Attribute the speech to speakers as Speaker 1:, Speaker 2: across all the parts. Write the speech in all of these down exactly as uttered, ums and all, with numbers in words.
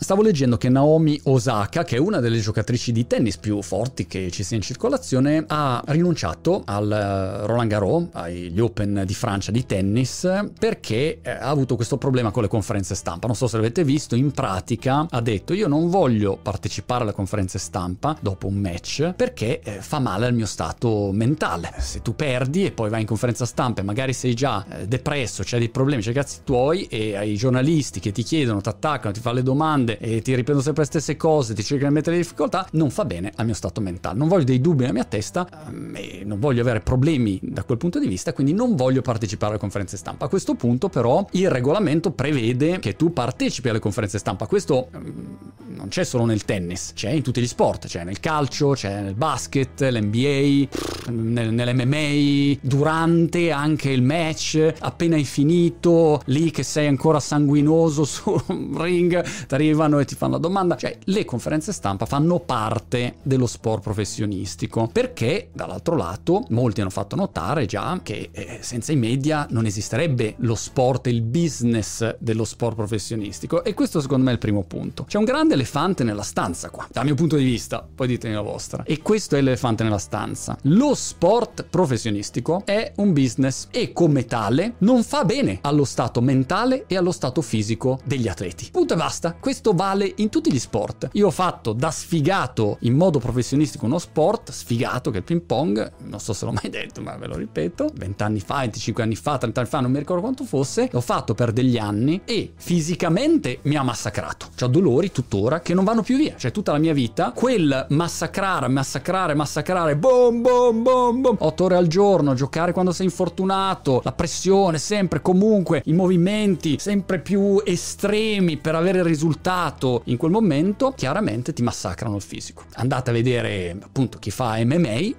Speaker 1: stavo leggendo che Naomi Osaka, che è una delle giocatrici di tennis più forti che ci sia in circolazione, ha rinunciato al Roland Garros, agli Open di Francia di tennis, perché ha avuto questo problema con le conferenze stampa. Non so se l'avete visto, in pratica ha detto: io non voglio partecipare alle conferenze stampa dopo un match perché eh, fa male al mio stato mentale. Se tu perdi e poi vai in conferenza stampa e magari sei già eh, depresso, c'hai dei problemi, c'hai i cazzi tuoi, e hai i giornalisti che ti chiedono, ti attaccano, ti fanno le domande e ti ripetono sempre le stesse cose, ti cercano di mettere in difficoltà, non fa bene al mio stato mentale. Non voglio dei dubbi nella mia testa um, e non voglio avere problemi da quel punto di vista, quindi non voglio partecipare alle conferenze stampa. A questo punto però il regolamento prevede che tu partecipi alle conferenze stampa. Questo um, non c'è solo nel tennis, c'è in tutti gli sport, c'è nel calcio, c'è nel basket, l'N B A, nel, nell'M M A, durante anche il match, appena hai finito, lì che sei ancora sanguinoso sul ring, ti arrivano e ti fanno la domanda. Cioè, le conferenze stampa fanno parte dello sport professionistico, perché dall'altro lato molti hanno fatto notare già che eh, senza i media non esisterebbe lo sport e il business dello sport professionistico, e questo secondo me è il primo punto. C'è un grande elefante nella stanza qua, dal mio punto di vista, poi ditemi la vostra, e questo è l'elefante nella stanza. Lo sport professionistico è un business e come tale non fa bene allo stato mentale e allo stato fisico degli atleti. Punto e basta. Questo vale in tutti gli sport. Io ho fatto da sfigato in modo professionistico uno sport sfigato che è il ping pong, non so se l'ho mai detto ma ve lo ripeto, vent'anni fa, venticinque anni fa, trenta anni fa, non mi ricordo quanto fosse, l'ho fatto per degli anni e fisicamente mi ha massacrato. C'ho dolori tuttora che non vanno più via, cioè tutta la mia vita quel massacrare, massacrare, massacrare, boom, boom, boom, boom, otto ore al giorno, giocare quando sei infortunato, la pressione sempre, comunque, i movimenti sempre più estremi per avere il risultato in quel momento, chiaramente ti massacrano il fisico. Andate a vedere appunto chi fa M M A, eh,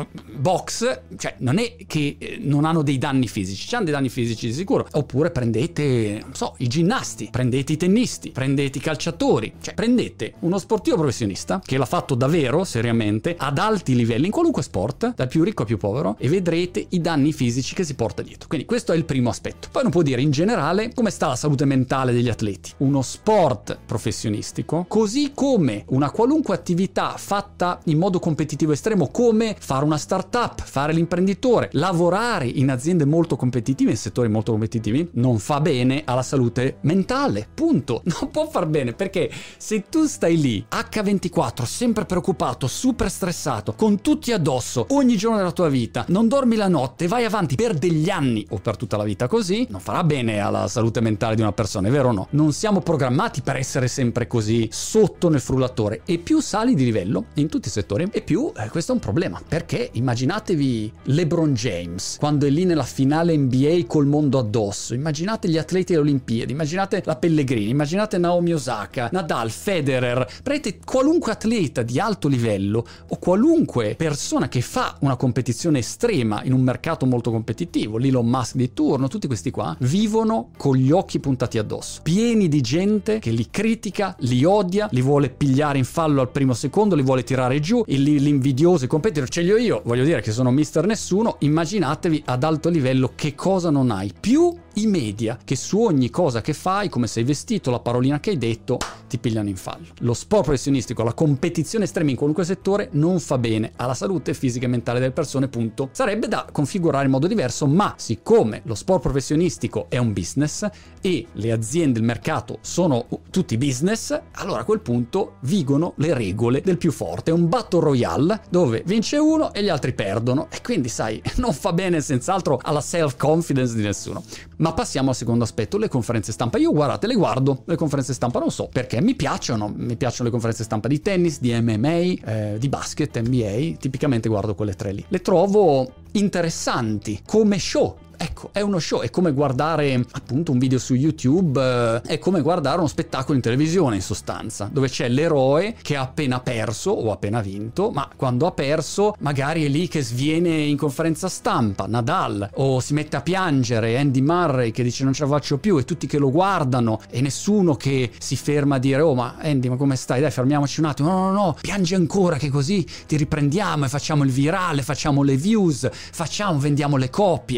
Speaker 1: box, cioè non è che eh, non hanno dei danni fisici, c'hanno dei danni fisici di sicuro. Oppure prendete, non so, i ginnasti, prendete i tennisti, prendete i calciatori, cioè prendete uno sportivo professionista che l'ha fatto davvero seriamente ad alti livelli in qualunque sport, dal più ricco al più povero, e vedrete i danni fisici che si porta dietro. Quindi questo è il primo aspetto. Poi non può dire in generale come sta la salute mentale degli atleti. Uno sport professionistico, così come una qualunque attività fatta in modo competitivo estremo, come fare una startup, fare l'imprenditore, lavorare in aziende molto competitive, in settori molto competitivi, non fa bene alla salute mentale. Punto. Non può far bene, perché se tu stai lì acca ventiquattro sempre preoccupato, super stressato, con tutti addosso ogni giorno della tua vita, non dormi la notte, vai avanti per degli anni o per tutta la vita così, non farà bene alla salute mentale di una persona, è vero o no? Non siamo programmati per essere sempre così sotto nel frullatore, e più sali di livello in tutti i settori e più eh, questo è un problema, perché immaginatevi LeBron James quando è lì nella finale N B A col mondo addosso, immaginate gli atleti alle Olimpiadi, immaginate la Pellegrini, immaginate Naomi Osaka, Nadal, Federer, prendete qualunque atleta di alto livello o qualunque persona che fa una competizione estrema in un mercato molto competitivo, l'Elon Musk di turno, tutti questi qua vivono con gli occhi puntati addosso, pieni di gente che li critica, li odia, li vuole pigliare in fallo al primo secondo, li vuole tirare giù, l'invidioso, i competitor, ce li ho io, voglio dire che sono mister nessuno. Immaginatevi ad alto livello che cosa non hai, più i media che su ogni cosa che fai, come sei vestito, la parolina che hai detto, ti pigliano in fallo. Lo sport professionistico, la competizione estrema in qualunque settore non fa bene alla salute fisica e mentale delle persone, punto. Sarebbe da configurare in modo diverso, ma siccome lo sport professionistico è un business e le aziende, il mercato sono tutti business, allora a quel punto vigono le regole del più forte. È un battle royale dove vince uno e gli altri perdono, e quindi sai, non fa bene senz'altro alla self confidence di nessuno. Ma passiamo al secondo aspetto, le conferenze stampa. Io guardate, le guardo, le conferenze stampa, non so perché mi piacciono, mi piacciono le conferenze stampa di tennis, di M M A, eh, di basket, N B A, tipicamente guardo quelle tre lì. Le trovo interessanti come show. Ecco, è uno show, è come guardare appunto un video su YouTube, eh, è come guardare uno spettacolo in televisione in sostanza, dove c'è l'eroe che ha appena perso o appena vinto, ma quando ha perso magari è lì che sviene in conferenza stampa, Nadal, o si mette a piangere, Andy Murray che dice non ce la faccio più, e tutti che lo guardano e nessuno che si ferma a dire oh ma Andy ma come stai, dai fermiamoci un attimo, no no no, piangi ancora che così ti riprendiamo e facciamo il virale, facciamo le views, facciamo, vendiamo le copie. Questo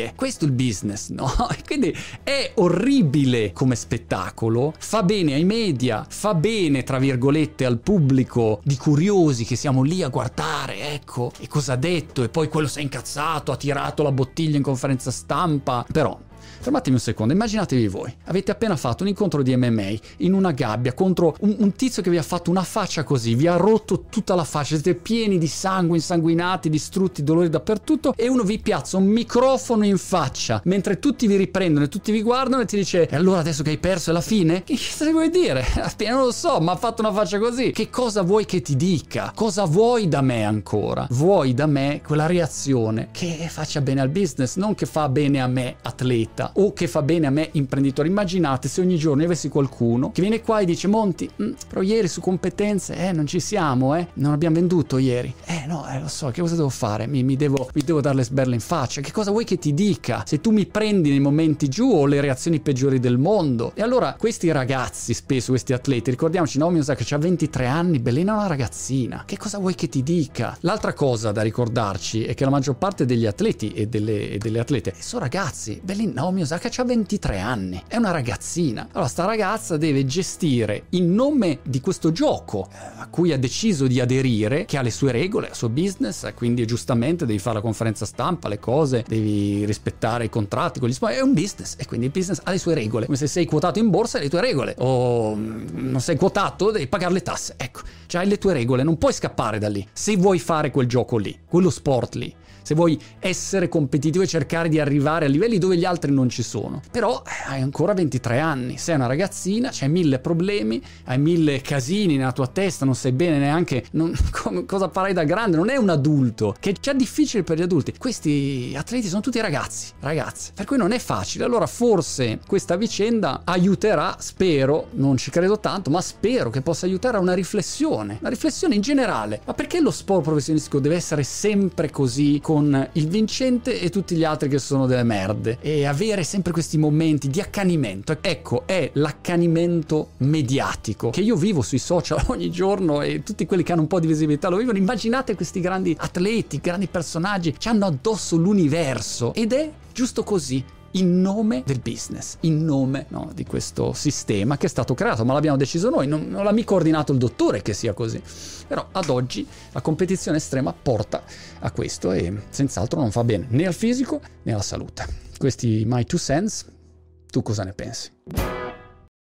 Speaker 1: il business, no? E quindi è orribile come spettacolo, fa bene ai media, fa bene tra virgolette al pubblico di curiosi che siamo lì a guardare, ecco, e cosa ha detto, e poi quello si è incazzato, ha tirato la bottiglia in conferenza stampa, però fermatevi un secondo, immaginatevi voi, avete appena fatto un incontro di M M A in una gabbia contro un, un tizio che vi ha fatto una faccia così, vi ha rotto tutta la faccia, siete pieni di sangue, insanguinati, distrutti, dolori dappertutto, e uno vi piazza un microfono in faccia mentre tutti vi riprendono e tutti vi guardano e ti dice: e allora adesso che hai perso è la fine? Che cosa vuoi dire? Appena non lo so, ma ha fatto una faccia così. Che cosa vuoi che ti dica? Cosa vuoi da me ancora? Vuoi da me quella reazione che faccia bene al business, non che fa bene a me atleta o che fa bene a me imprenditore. Immaginate se ogni giorno io avessi qualcuno che viene qua e dice: Monti, mh, però ieri su competenze eh non ci siamo, eh non abbiamo venduto ieri, eh no eh lo so, che cosa devo fare? Mi, mi devo mi devo dare le sberle in faccia. Che cosa vuoi che ti dica? Se tu mi prendi nei momenti giù ho le reazioni peggiori del mondo. E allora questi ragazzi, spesso questi atleti, ricordiamoci, Naomi Osaka c'ha ventitré anni, Bellina è una ragazzina, che cosa vuoi che ti dica? L'altra cosa da ricordarci è che la maggior parte degli atleti e delle, e delle atlete sono ragazzi. Bellina, Naomi Osaka c'ha ventitré anni, è una ragazzina. Allora sta ragazza deve gestire, in nome di questo gioco eh, a cui ha deciso di aderire, che ha le sue regole, il suo business, quindi giustamente devi fare la conferenza stampa, le cose, devi rispettare i contratti con gli sponsor, è un business e quindi il business ha le sue regole, come se sei quotato in borsa hai le tue regole, o non sei quotato devi pagare le tasse, ecco, cioè hai le tue regole, non puoi scappare da lì se vuoi fare quel gioco lì, quello sport lì. Se vuoi essere competitivo e cercare di arrivare a livelli dove gli altri non ci sono. Però eh, hai ancora ventitré anni, sei una ragazzina, c'hai mille problemi, hai mille casini nella tua testa, non sai bene neanche non, com, cosa farai da grande, non è un adulto, che è già difficile per gli adulti. Questi atleti sono tutti ragazzi, ragazze, per cui non è facile. Allora forse questa vicenda aiuterà, spero, non ci credo tanto, ma spero che possa aiutare a una riflessione, una riflessione in generale. Ma perché lo sport professionistico deve essere sempre così, con il vincente e tutti gli altri che sono delle merde, e avere sempre questi momenti di accanimento? Ecco, è l'accanimento mediatico che io vivo sui social ogni giorno, e tutti quelli che hanno un po' di visibilità lo vivono. Immaginate questi grandi atleti, grandi personaggi, ci hanno addosso l'universo, ed è giusto così, in nome del business, in nome, no, di questo sistema che è stato creato, ma l'abbiamo deciso noi, non, non l'ha mica ordinato il dottore che sia così. Però ad oggi la competizione estrema porta a questo, e senz'altro non fa bene né al fisico né alla salute. Questi my two cents, tu cosa ne pensi?